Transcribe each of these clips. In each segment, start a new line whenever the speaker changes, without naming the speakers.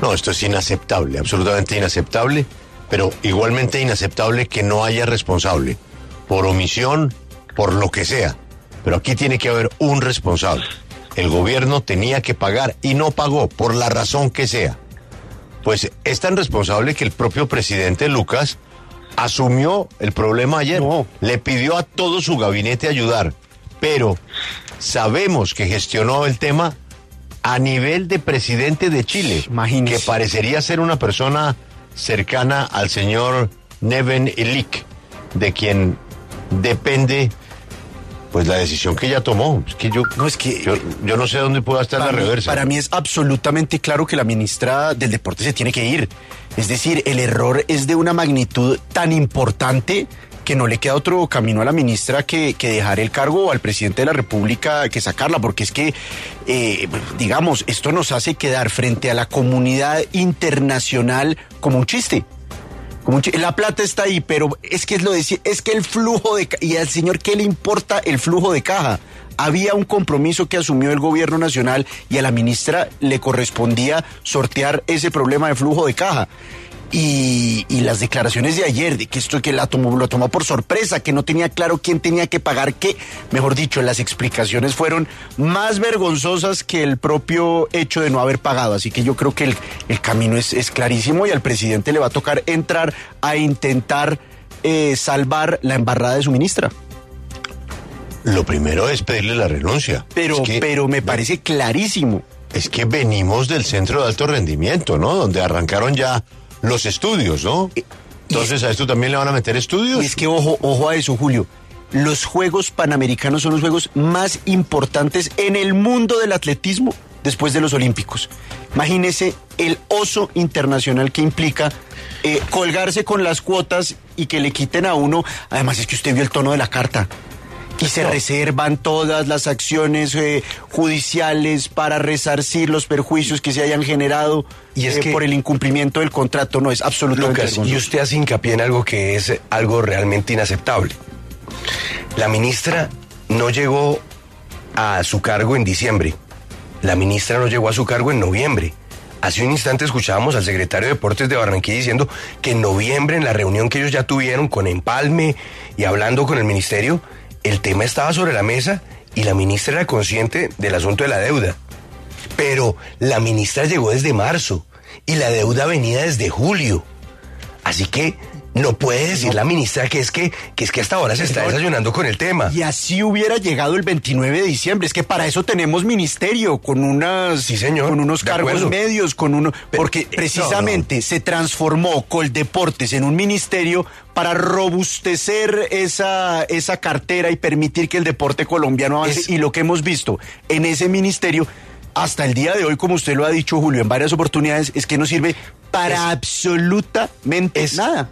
No, esto es inaceptable, absolutamente inaceptable, pero igualmente inaceptable que no haya responsable, por omisión, por lo que sea. Pero aquí tiene que haber un responsable. El gobierno tenía que pagar y no pagó, por la razón que sea. Pues es tan responsable que el propio presidente Lucas asumió el problema ayer.
No.
Le pidió a todo su gabinete ayudar, pero sabemos que gestionó el tema a nivel de presidente de Chile,
Imagínese.
que parecería ser una persona cercana al señor Neven Ilic, de quien depende pues la decisión que ella tomó. Es que yo no sé dónde pueda estar la reversa.
Para mí es absolutamente claro que la ministra del Deporte se tiene que ir. Es decir, el error es de una magnitud tan importante que no le queda otro camino a la ministra que dejar el cargo, o al presidente de la República que sacarla, porque es que, digamos, esto nos hace quedar frente a la comunidad internacional como un chiste. La plata está ahí, pero es que es que el flujo de y al señor ¿qué le importa el flujo de caja? Había un compromiso que asumió el gobierno nacional y a la ministra le correspondía sortear ese problema de flujo de caja. Y las declaraciones de ayer, de que esto que lo tomó por sorpresa, que no tenía claro quién tenía que pagar qué, mejor dicho, las explicaciones fueron más vergonzosas que el propio hecho de no haber pagado. Así que yo creo que el camino es clarísimo y al presidente le va a tocar entrar a intentar salvar la embarrada de su ministra.
Lo primero es pedirle la renuncia.
Pero me parece clarísimo.
Es que venimos del centro de alto rendimiento, ¿no? Donde arrancaron ya los estudios, ¿no? Entonces, ¿a esto también le van a meter estudios?
Y es que ojo a eso, Julio. Los Juegos Panamericanos son los juegos más importantes en el mundo del atletismo después de los Olímpicos. Imagínese el oso internacional que implica colgarse con las cuotas y que le quiten a uno. Además, es que usted vio el tono de la carta. Y se reservan todas las acciones judiciales para resarcir los perjuicios que se hayan generado
y es que,
por el incumplimiento del contrato. No, es absolutamente
Lucas, y usted hace hincapié en algo que es algo realmente inaceptable. La ministra no llegó a su cargo en diciembre. La ministra no llegó a su cargo en noviembre. Hace un instante escuchábamos al secretario de Deportes de Barranquilla diciendo que en noviembre, en la reunión que ellos ya tuvieron con Empalme y hablando con el ministerio, el tema estaba sobre la mesa y la ministra era consciente del asunto de la deuda. Pero la ministra llegó desde marzo y la deuda venía desde julio. Así que no puede decir la ministra que es que hasta ahora se está desayunando con el tema.
Y así hubiera llegado el 29 de diciembre. Es que para eso tenemos ministerio, con unas,
sí, señor,
con unos cargos medios, porque precisamente se transformó Coldeportes en un ministerio para robustecer esa cartera y permitir que el deporte colombiano avance. Y lo que hemos visto en ese ministerio hasta el día de hoy, como usted lo ha dicho, Julio, en varias oportunidades, es que no sirve para absolutamente nada.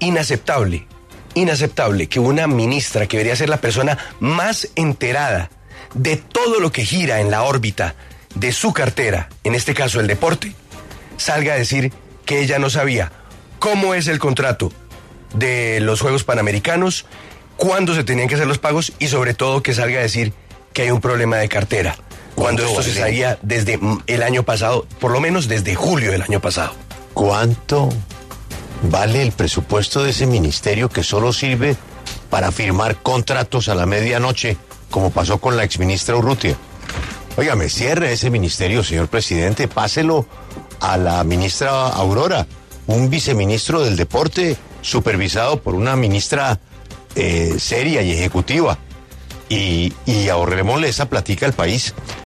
Inaceptable que una ministra que debería ser la persona más enterada de todo lo que gira en la órbita de su cartera, en este caso el deporte, salga a decir que ella no sabía cómo es el contrato de los Juegos Panamericanos, cuándo se tenían que hacer los pagos y sobre todo que salga a decir que hay un problema de cartera. Cuando esto se sabía desde el año pasado, por lo menos desde julio del año pasado.
¿Cuánto vale el presupuesto de ese ministerio que solo sirve para firmar contratos a la medianoche, como pasó con la exministra Urrutia? Óigame, cierre ese ministerio, señor presidente, páselo a la ministra Aurora, un viceministro del deporte supervisado por una ministra seria y ejecutiva, y ahorrémosle esa platica al país.